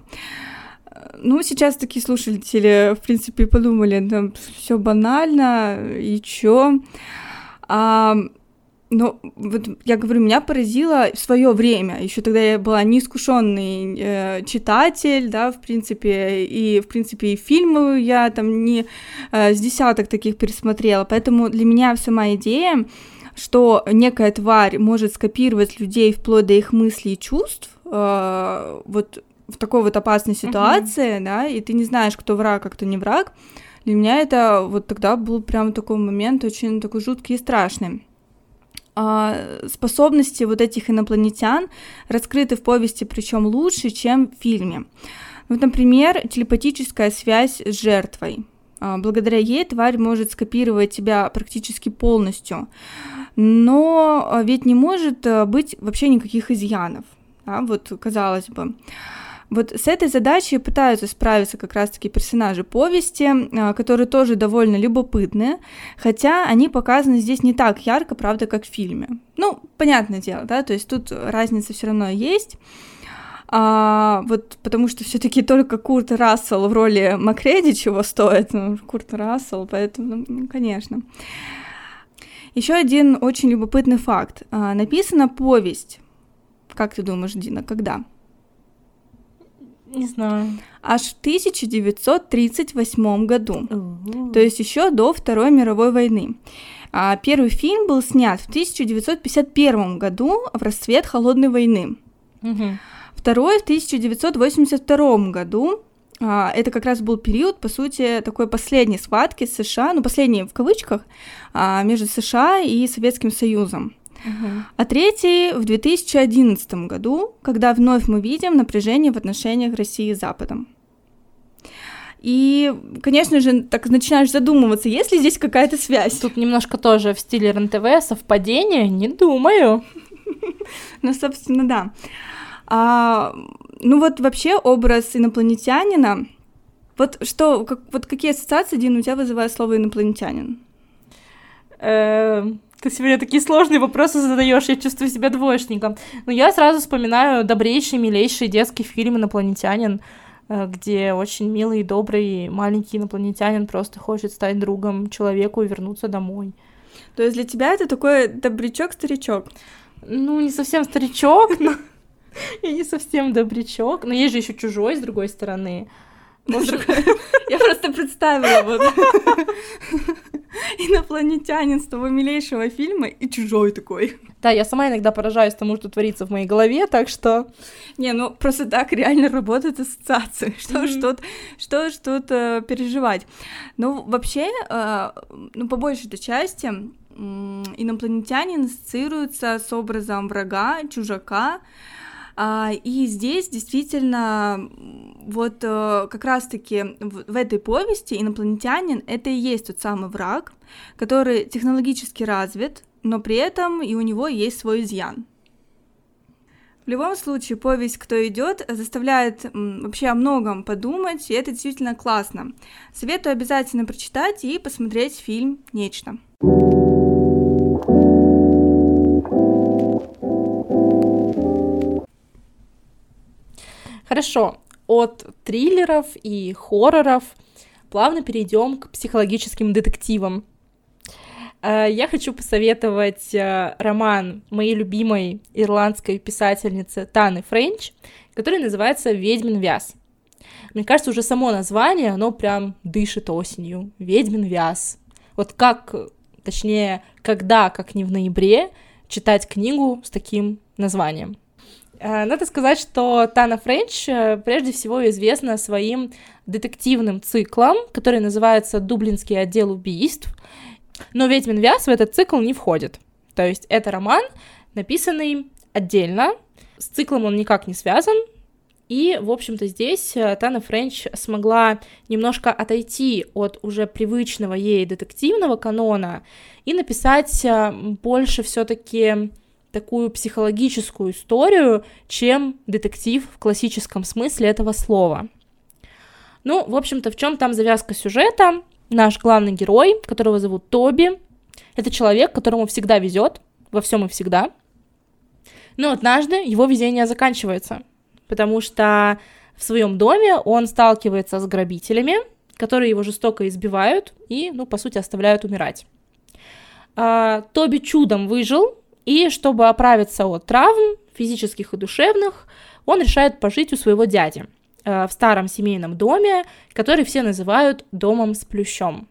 Сейчас такие слушатели, в принципе, подумали, все банально, и чё? Ну, вот я говорю, меня поразило в свое время. Еще тогда я была неискушенный читатель, да, в принципе, и фильмы я там не с десяток таких пересмотрела. Поэтому для меня сама идея, что некая тварь может скопировать людей вплоть до их мыслей и чувств, вот в такой вот опасной ситуации, да, и ты не знаешь, кто враг, а кто не враг. Для меня это вот тогда был прям такой момент очень такой жуткий и страшный. Способности вот этих инопланетян раскрыты в повести, причем лучше, чем в фильме. Вот, например, телепатическая связь с жертвой. Благодаря ей тварь может скопировать тебя практически полностью, но ведь не может быть вообще никаких изъянов, да, вот казалось бы. Вот с этой задачей пытаются справиться как раз-таки персонажи повести, которые тоже довольно любопытные, хотя они показаны здесь не так ярко, правда, как в фильме. Ну, понятное дело, да, то есть тут разница все равно есть, вот потому что все-таки только Курт Рассел в роли Макреди чего стоит, Курт Рассел, поэтому, конечно. Еще один очень любопытный факт. Написана повесть, как ты думаешь, Дина, когда? Не знаю. Аж в 1938 году, то есть еще до Второй мировой войны. Первый фильм был снят в 1951 году, в расцвет Холодной войны. Второй в 1982 году. Это как раз был период, по сути, такой последней схватки с США, ну, последней в кавычках, между США и Советским Союзом. А третий в 2011 году, когда вновь мы видим напряжение в отношениях России с Западом. И, конечно же, так начинаешь задумываться, есть ли здесь какая-то связь. Тут немножко тоже в стиле РЕН-ТВ, совпадение, не думаю. Ну, собственно, да. Ну вот вообще образ инопланетянина, вот какие ассоциации, Дина, у тебя вызывает слово инопланетянин? Ты сегодня такие сложные вопросы задаешь, я чувствую себя двоечником. Но я сразу вспоминаю добрейший, милейший детский фильм «Инопланетянин», где очень милый и добрый маленький инопланетянин просто хочет стать другом человеку и вернуться домой. То есть для тебя это такой добрячок-старичок? Ну, не совсем старичок, но... Я не совсем добрячок, но есть же еще чужой с другой стороны. Я просто представила вот инопланетянин с того милейшего фильма и чужой такой. Да, я сама иногда поражаюсь тому, что творится в моей голове, так что... Не, ну просто так реально работают ассоциации. Что ж тут переживать? Ну, вообще, ну, по большей-то части инопланетянин ассоциируется с образом врага, чужака. И здесь действительно вот как раз-таки в этой повести инопланетянин — это и есть тот самый враг, который технологически развит, но при этом и у него есть свой изъян. В любом случае, повесть «Кто идет» заставляет вообще о многом подумать, и это действительно классно. Советую обязательно прочитать и посмотреть фильм «Нечто». Хорошо, от триллеров и хорроров плавно перейдем к психологическим детективам. Я хочу посоветовать роман моей любимой ирландской писательницы Таны Френч, который называется «Ведьмин вяз». Мне кажется, уже само название, оно прям дышит осенью. «Ведьмин вяз». Вот как, точнее, когда, как не в ноябре, читать книгу с таким названием. Надо сказать, что Тана Френч прежде всего известна своим детективным циклом, который называется «Дублинский отдел убийств», но «Ведьмин вяз» в этот цикл не входит. То есть это роман, написанный отдельно, с циклом он никак не связан, и, в общем-то, здесь Тана Френч смогла немножко отойти от уже привычного ей детективного канона и написать больше все-таки такую психологическую историю, чем детектив в классическом смысле этого слова. Ну, в общем-то, в чем там завязка сюжета? Наш главный герой, которого зовут Тоби, это человек, которому всегда везет, во всем и всегда. Но однажды его везение заканчивается, потому что в своем доме он сталкивается с грабителями, которые его жестоко избивают и, ну, по сути, оставляют умирать. Тоби чудом выжил, и чтобы оправиться от травм, физических и душевных, он решает пожить у своего дяди в старом семейном доме, который все называют «домом с плющом».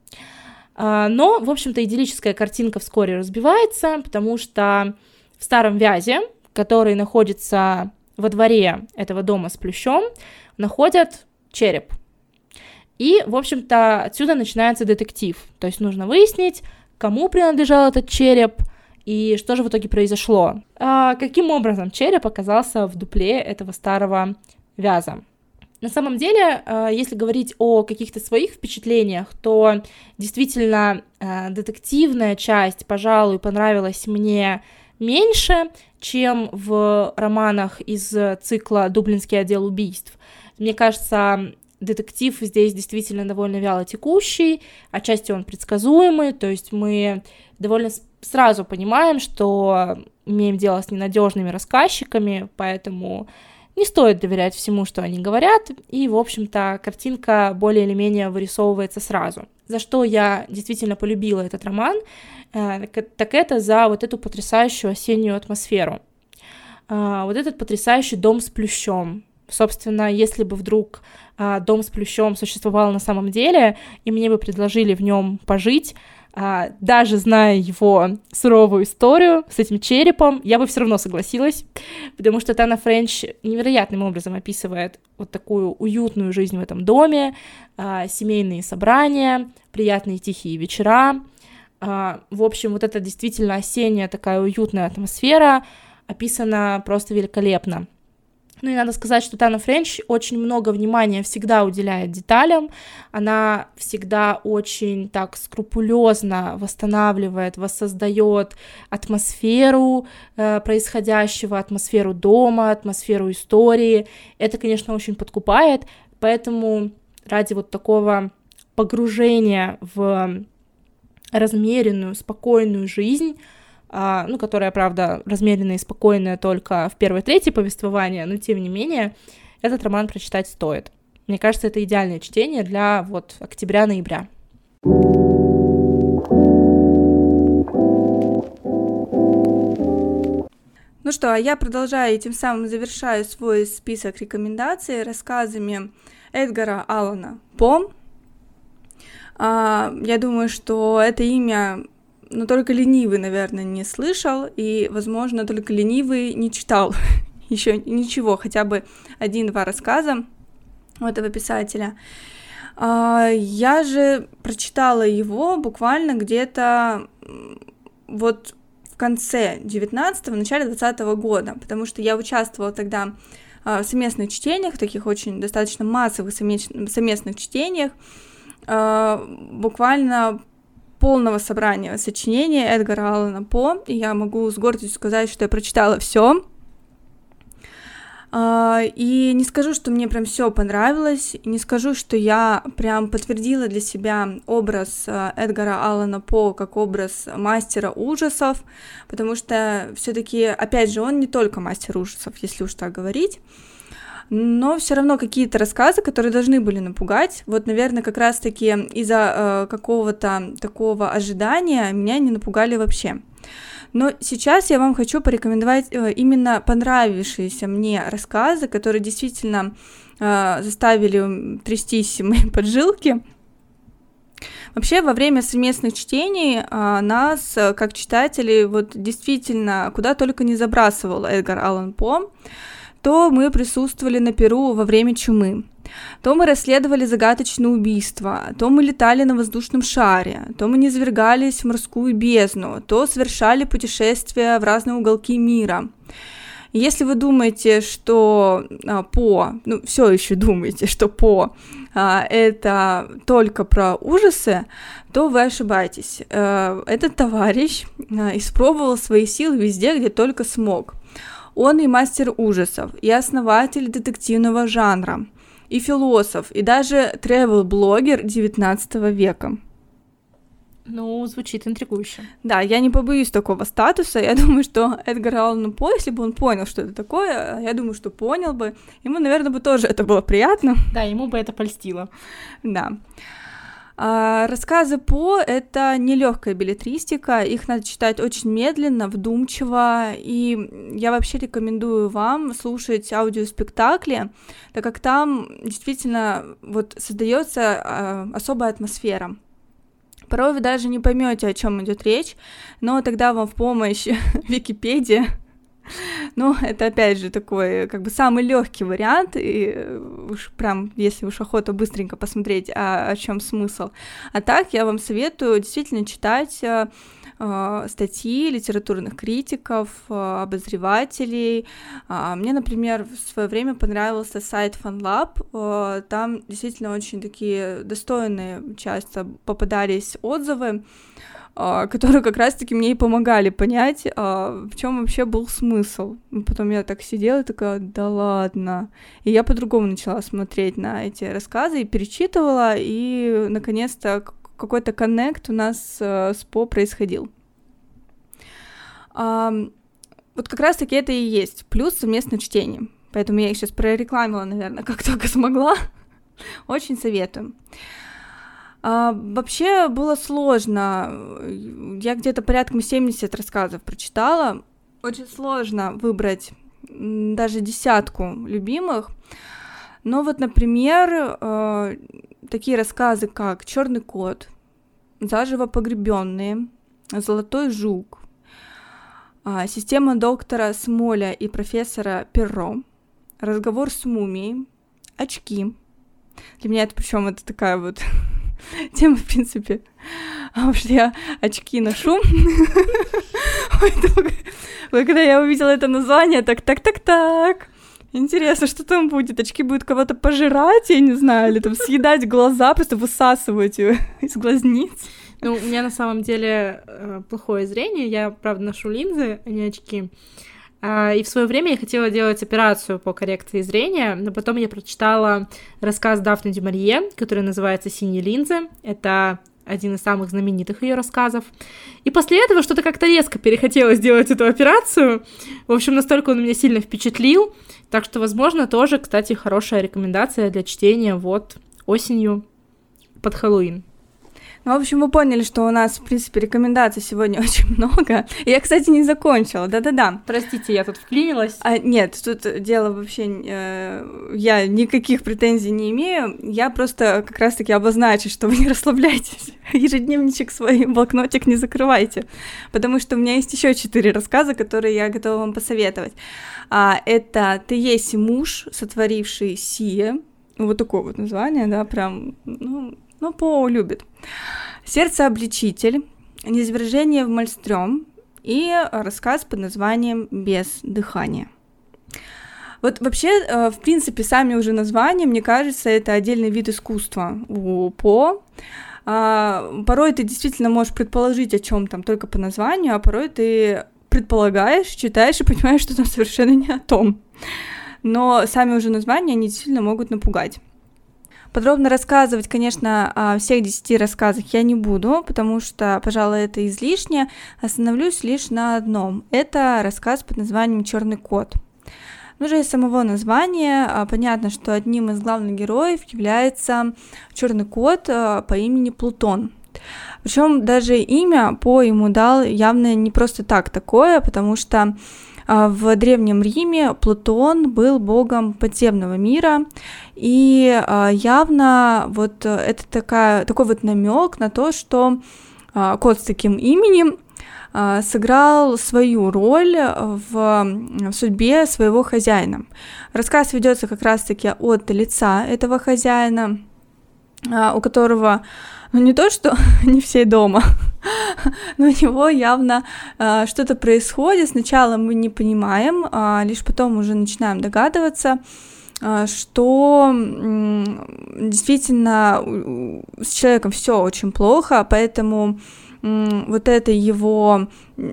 Но, в общем-то, идиллическая картинка вскоре разбивается, потому что в старом вязе, который находится во дворе этого дома с плющом, находят череп. И, в общем-то, отсюда начинается детектив. То есть нужно выяснить, кому принадлежал этот череп и что же в итоге произошло. Каким образом череп оказался в дупле этого старого вяза. На самом деле, если говорить о каких-то своих впечатлениях, то действительно детективная часть, пожалуй, понравилась мне меньше, чем в романах из цикла «Дублинский отдел убийств». Мне кажется, детектив здесь действительно довольно вяло текущий, отчасти он предсказуемый, то есть мы довольно сразу понимаем, что имеем дело с ненадежными рассказчиками, поэтому не стоит доверять всему, что они говорят, и, в общем-то, картинка более или менее вырисовывается сразу. За что я действительно полюбила этот роман, так это за вот эту потрясающую осеннюю атмосферу. Вот этот потрясающий дом с плющом. Собственно, если бы вдруг дом с плющом существовал на самом деле, и мне бы предложили в нем пожить, даже зная его суровую историю с этим черепом, я бы все равно согласилась, потому что Тана Френч невероятным образом описывает вот такую уютную жизнь в этом доме, семейные собрания, приятные тихие вечера. В общем, вот эта действительно осенняя такая уютная атмосфера описана просто великолепно. Ну и надо сказать, что Тана Френч очень много внимания всегда уделяет деталям, она всегда очень так скрупулезно восстанавливает, воссоздает атмосферу происходящего, атмосферу дома, атмосферу истории. Это, конечно, очень подкупает, поэтому ради вот такого погружения в размеренную, спокойную жизнь, которая, правда, размеренная и спокойная только в первой трети повествования, но, тем не менее, этот роман прочитать стоит. Мне кажется, это идеальное чтение для вот октября-ноября. Ну что, а я продолжаю и тем самым завершаю свой список рекомендаций рассказами Эдгара Аллана По. Я думаю, что это имя... Но только ленивый, наверное, не слышал, и, возможно, только ленивый не читал еще ничего, хотя бы 1-2 рассказа у этого писателя. Я же прочитала его буквально где-то вот в конце 19-го, начале 20-го года, потому что я участвовала тогда в совместных чтениях, таких очень достаточно массовых совместных чтениях, буквально полного собрания сочинений Эдгара Аллана По, и я могу с гордостью сказать, что я прочитала все. И не скажу, что мне прям все понравилось, не скажу, что я прям подтвердила для себя образ Эдгара Аллана По как образ мастера ужасов, потому что все-таки, опять же, он не только мастер ужасов, если уж так говорить. Но все равно какие-то рассказы, которые должны были напугать, вот, наверное, как раз-таки из-за какого-то такого ожидания меня не напугали вообще. Но сейчас я вам хочу порекомендовать именно понравившиеся мне рассказы, которые действительно заставили трястись мои поджилки. Вообще, во время совместных чтений нас, как читателей, вот действительно куда только не забрасывал Эдгар Аллан По. То мы присутствовали на Перу во время чумы, то мы расследовали загадочные убийства, то мы летали на воздушном шаре, то мы низвергались в морскую бездну, то совершали путешествия в разные уголки мира. И если вы думаете, что все еще думаете, что По это только про ужасы, то вы ошибаетесь. Этот товарищ испробовал свои силы везде, где только смог. Он и мастер ужасов, и основатель детективного жанра, и философ, и даже тревел-блогер 19 века. Ну, звучит интригующе. Да, я не побоюсь такого статуса. Я думаю, что Эдгар Аллан По, если бы он понял, что это такое, я думаю, что понял бы. Ему, наверное, бы тоже это было приятно. Да, ему бы это польстило. Да. Рассказы По — это нелегкая беллетристика, их надо читать очень медленно, вдумчиво, и я вообще рекомендую вам слушать аудиоспектакли, так как там действительно вот создается особая атмосфера. Порой вы даже не поймете, о чем идет речь, но тогда вам в помощь Википедия. Ну, это, опять же, такой, как бы, самый легкий вариант, и уж прям, если уж охота быстренько посмотреть, о чем смысл. А так, я вам советую действительно читать статьи литературных критиков, обозревателей. Мне, например, в свое время понравился сайт FunLab, там действительно очень такие достойные часто попадались отзывы, которые как раз-таки мне и помогали понять, в чем вообще был смысл. Потом я так сидела и такая, да ладно. И я по-другому начала смотреть на эти рассказы и перечитывала, и наконец-то какой-то коннект у нас с По происходил. Вот как раз-таки это и есть плюс совместное чтение. Поэтому я их сейчас прорекламила, наверное, как только смогла. Очень советую. Вообще было сложно. Я где-то порядком 70 рассказов прочитала. Очень сложно выбрать даже 10 любимых. Но вот, например, такие рассказы, как «Черный кот», «Заживо погребенные», «Золотой жук», «Система доктора Смоля и профессора Перро», «Разговор с мумией», «Очки». Для меня это, причем, это такая вот тема, в принципе, потому что я очки ношу. Когда я увидела это название, так. Интересно, что там будет? Очки будут кого-то пожирать, я не знаю, или там съедать глаза, просто высасывать из глазниц. Ну, у меня на самом деле плохое зрение, я, правда, ношу линзы, а не очки. И в свое время я хотела делать операцию по коррекции зрения, но потом я прочитала рассказ Дафны дю Марье, который называется «Синие линзы». Это один из самых знаменитых ее рассказов. И после этого что-то как-то резко перехотела сделать эту операцию. В общем, настолько он меня сильно впечатлил. Так что, возможно, тоже, кстати, хорошая рекомендация для чтения вот осенью под Хэллоуин. Ну, в общем, вы поняли, что у нас, в принципе, рекомендаций сегодня очень много. Я, кстати, не закончила, да-да-да. Простите, я тут вклинилась. Нет, тут дело вообще... я никаких претензий не имею. Я просто как раз-таки обозначу, что вы не расслабляйтесь. Ежедневничек свой, блокнотик не закрывайте. Потому что у меня есть еще 4 рассказа, которые я готова вам посоветовать. Это «Ты есть муж, сотворивший сие». Вот такое вот название, да, прям... Ну, По любит. «Сердце-обличитель», «Низвержение в Мальстрём» и рассказ под названием «Без дыхания». Вот вообще, в принципе, сами уже названия, мне кажется, это отдельный вид искусства у По. Порой ты действительно можешь предположить, о чем там только по названию, а порой ты предполагаешь, читаешь и понимаешь, что там совершенно не о том. Но сами уже названия, они действительно могут напугать. Подробно рассказывать, конечно, о всех 10 рассказах я не буду, потому что, пожалуй, это излишне. Остановлюсь лишь на одном. Это рассказ под названием «Черный кот». Ну, уже из самого названия понятно, что одним из главных героев является черный кот по имени Плутон. Причем даже имя По ему дал явно не просто так такое, потому что в Древнем Риме Плутон был богом подземного мира, и явно вот это такой вот намек на то, что кот с таким именем сыграл свою роль в судьбе своего хозяина. Рассказ ведется как раз-таки от лица этого хозяина, у которого, ну не то, что не все дома, но у него явно что-то происходит. Сначала мы не понимаем, лишь потом уже начинаем догадываться, что действительно с человеком все очень плохо, поэтому вот эта его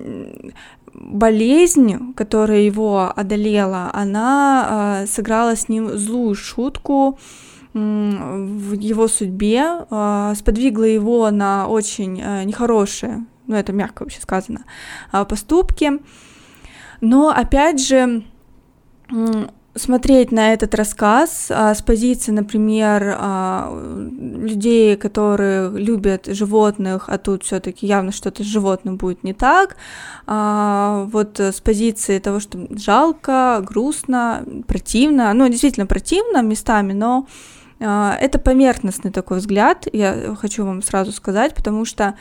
болезнь, которая его одолела, она сыграла с ним злую шутку в его судьбе, сподвигла его на очень нехорошие, ну это мягко вообще сказано, поступки. Но опять же, смотреть на этот рассказ с позиции, например, людей, которые любят животных, а тут все-таки явно что-то с животным будет не так, вот с позиции того, что жалко, грустно, противно, ну, действительно противно местами, но это поверхностный такой взгляд, я хочу вам сразу сказать, потому что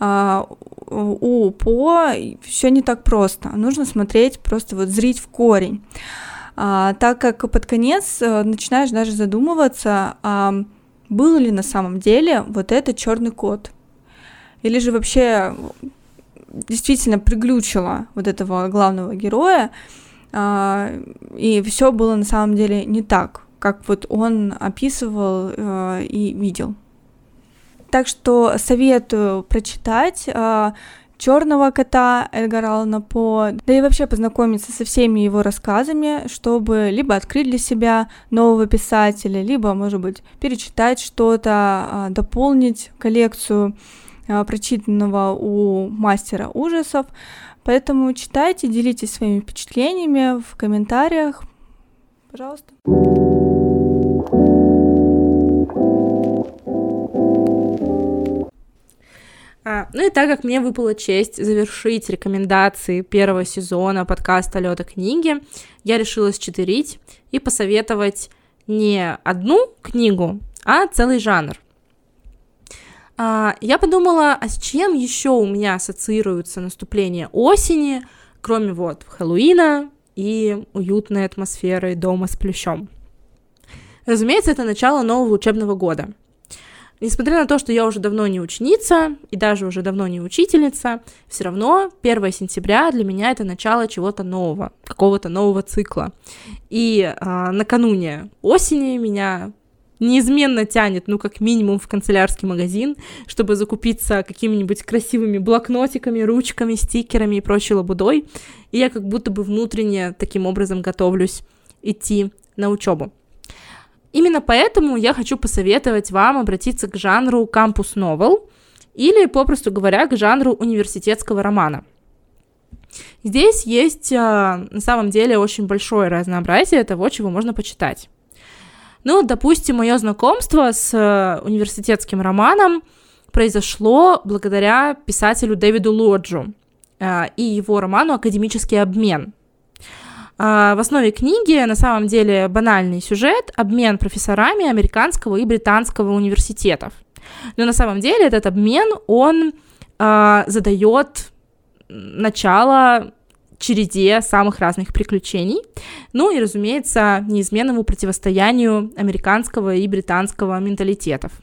у По все не так просто, нужно смотреть, просто вот зрить в корень. Так как под конец начинаешь даже задумываться, был ли на самом деле вот этот черный кот, или же вообще действительно приглючило вот этого главного героя, и все было на самом деле не так, как вот он описывал и видел. Так что советую прочитать «Черного кота» Эдгара Аллана По, да и вообще познакомиться со всеми его рассказами, чтобы либо открыть для себя нового писателя, либо, может быть, перечитать что-то, дополнить коллекцию прочитанного у мастера ужасов. Поэтому читайте, делитесь своими впечатлениями в комментариях. Пожалуйста. Ну и так как мне выпала честь завершить рекомендации первого сезона подкаста «Лёд о книге», я решила счетырить и посоветовать не одну книгу, а целый жанр. Я подумала, а с чем еще у меня ассоциируется наступление осени, кроме вот Хэллоуина и уютной атмосферы дома с плющом. Разумеется, это начало нового учебного года. Несмотря на то, что я уже давно не ученица и даже уже давно не учительница, все равно 1 сентября для меня это начало чего-то нового, какого-то нового цикла. И накануне осени меня неизменно тянет, ну, как минимум, в канцелярский магазин, чтобы закупиться какими-нибудь красивыми блокнотиками, ручками, стикерами и прочей лабудой. И я как будто бы внутренне таким образом готовлюсь идти на учебу. Именно поэтому я хочу посоветовать вам обратиться к жанру campus novel или, попросту говоря, к жанру университетского романа. Здесь есть на самом деле очень большое разнообразие того, чего можно почитать. Ну, допустим, мое знакомство с университетским романом произошло благодаря писателю Дэвиду Лоджу и его роману «Академический обмен». В основе книги на самом деле банальный сюжет, обмен профессорами американского и британского университетов. Но на самом деле этот обмен, он задает начало череде самых разных приключений, ну и, разумеется, неизменному противостоянию американского и британского менталитетов.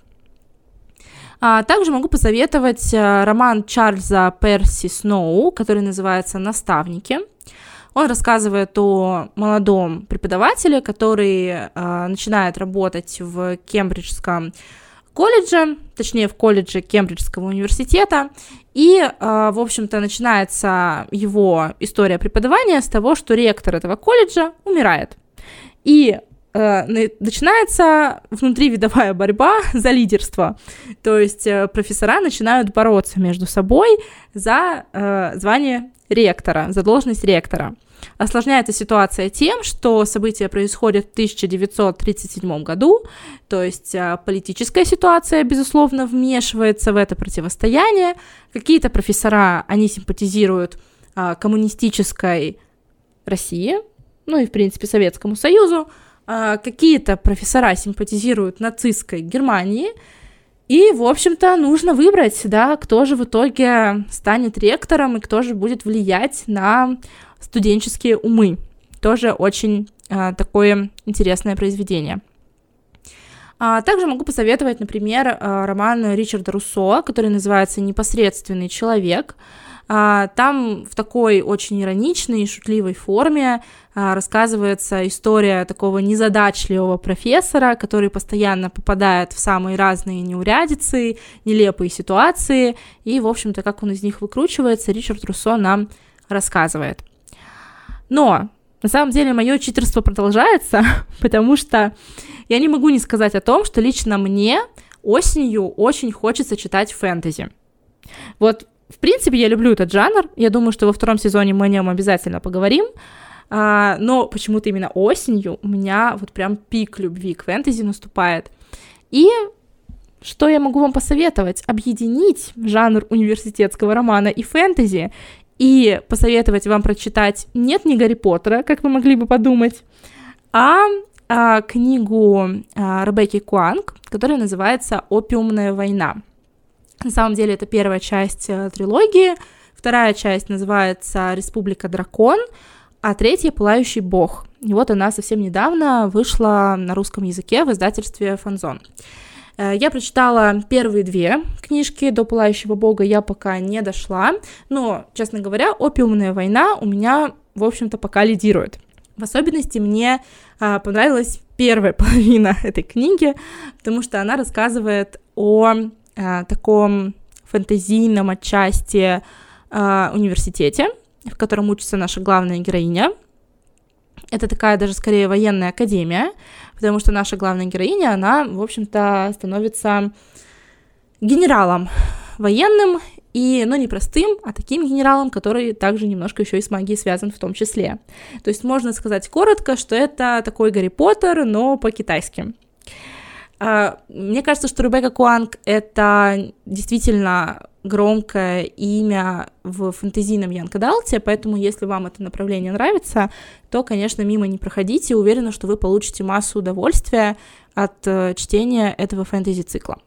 Также могу посоветовать роман Чарльза Перси Сноу, который называется «Наставники». Он рассказывает о молодом преподавателе, который начинает работать в Кембриджском колледже, точнее в колледже Кембриджского университета, и, в общем-то, начинается его история преподавания с того, что ректор этого колледжа умирает. И начинается внутривидовая борьба за лидерство, то есть профессора начинают бороться между собой за звание ректора, за должность ректора. Осложняется ситуация тем, что события происходят в 1937 году, то есть политическая ситуация, безусловно, вмешивается в это противостояние. Какие-то профессора, они симпатизируют коммунистической России, ну и, в принципе, Советскому Союзу, какие-то профессора симпатизируют нацистской Германии, и, в общем-то, нужно выбрать, да, кто же в итоге станет ректором и кто же будет влиять на студенческие умы. Тоже очень такое интересное произведение. Также могу посоветовать, например, роман Ричарда Руссо, который называется «Непосредственный человек». Там в такой очень ироничной и шутливой форме рассказывается история такого незадачливого профессора, который постоянно попадает в самые разные неурядицы, нелепые ситуации, и, в общем-то, как он из них выкручивается, Ричард Руссо нам рассказывает. Но на самом деле мое читерство продолжается, потому что я не могу не сказать о том, что лично мне осенью очень хочется читать фэнтези. Вот, в принципе, я люблю этот жанр, я думаю, что во 2 сезоне мы о нем обязательно поговорим, но почему-то именно осенью у меня вот прям пик любви к фэнтези наступает. И что я могу вам посоветовать? Объединить жанр университетского романа и фэнтези, и посоветовать вам прочитать не Гарри Поттера, как вы могли бы подумать, а книгу Ребекки Куанг, которая называется «Опиумная война». На самом деле это первая часть трилогии, вторая часть называется «Республика Дракон», а третья «Пылающий бог». И вот она совсем недавно вышла на русском языке в издательстве «Фанзон». Я прочитала первые 2 книжки, до «Пылающего бога» я пока не дошла, но, честно говоря, «Опиумная война» у меня, в общем-то, пока лидирует. В особенности мне понравилась первая половина этой книги, потому что она рассказывает о таком фэнтезийном отчасти университете, в котором учится наша главная героиня. Это такая даже скорее военная академия, потому что наша главная героиня, она, в общем-то, становится генералом военным, но не простым, а таким генералом, который также немножко еще и с магией связан в том числе. То есть можно сказать коротко, что это такой Гарри Поттер, но по-китайски. Мне кажется, что Ребекка Куанг — это действительно громкое имя в фэнтезийном янг-адалте, поэтому если вам это направление нравится, то, конечно, мимо не проходите. Уверена, что вы получите массу удовольствия от чтения этого фэнтези-цикла.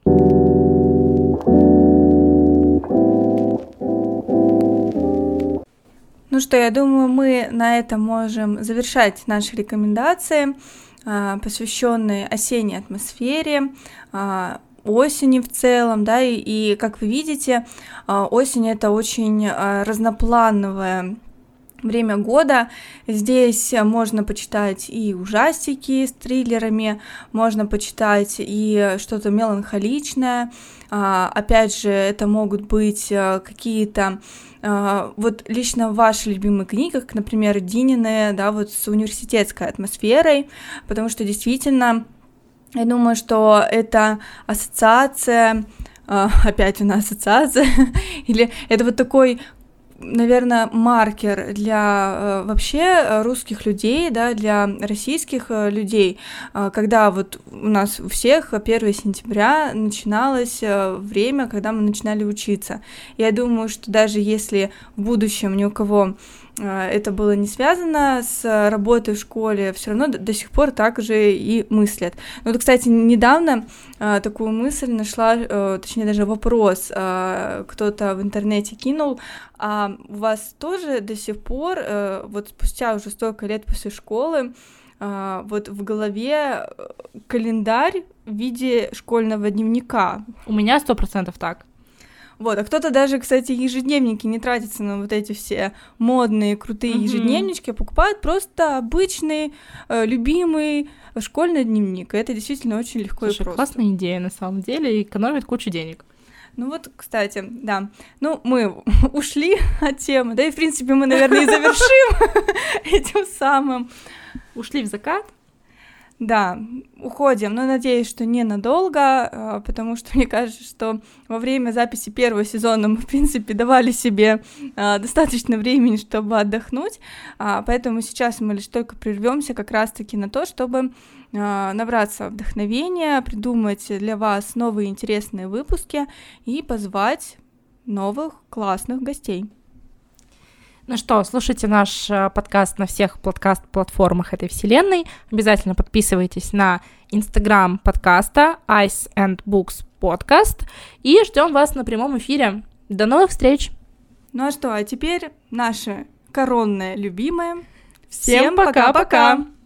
Ну что, я думаю, мы на этом можем завершать наши рекомендации, посвященные осенней атмосфере, осени в целом, да, и как вы видите, осень — это очень разноплановое время года. Здесь можно почитать и ужастики с триллерами, можно почитать и что-то меланхоличное. Опять же, это могут быть какие-то вот лично ваши любимые книги, как, например, Динины, да, вот с университетской атмосферой, потому что действительно, я думаю, что это ассоциация, опять у нас ассоциация, или это вот такой, наверное, маркер для вообще русских людей, да, для российских людей, когда вот у нас у всех 1 сентября начиналось время, когда мы начинали учиться. Я думаю, что даже если в будущем ни у кого это было не связано с работой в школе, все равно до сих пор так же и мыслят. Ну, вот, кстати, недавно такую мысль нашла, точнее, даже вопрос кто-то в интернете кинул, а у вас тоже до сих пор, вот спустя уже столько лет после школы, вот в голове календарь в виде школьного дневника? У меня 100% так. Вот, а кто-то даже, кстати, ежедневники не тратится на вот эти все модные, крутые ежедневнички, а покупает просто обычный, любимый школьный дневник. И это действительно очень легко. Слушай, и просто. Классная идея, на самом деле, и экономит кучу денег. Ну вот, кстати, да. Ну, мы ушли от темы, да, и, в принципе, мы, наверное, и завершим этим самым. Ушли в закат. Да, уходим, но надеюсь, что ненадолго, потому что мне кажется, что во время записи 1 сезона мы, в принципе, давали себе достаточно времени, чтобы отдохнуть, поэтому сейчас мы лишь только прервемся как раз-таки на то, чтобы набраться вдохновения, придумать для вас новые интересные выпуски и позвать новых классных гостей. Ну что, слушайте наш подкаст на всех подкаст-платформах этой вселенной. Обязательно подписывайтесь на Instagram подкаста Ice and Books Podcast и ждем вас на прямом эфире. До новых встреч! Ну а что, а теперь наше коронное любимое. Всем пока-пока!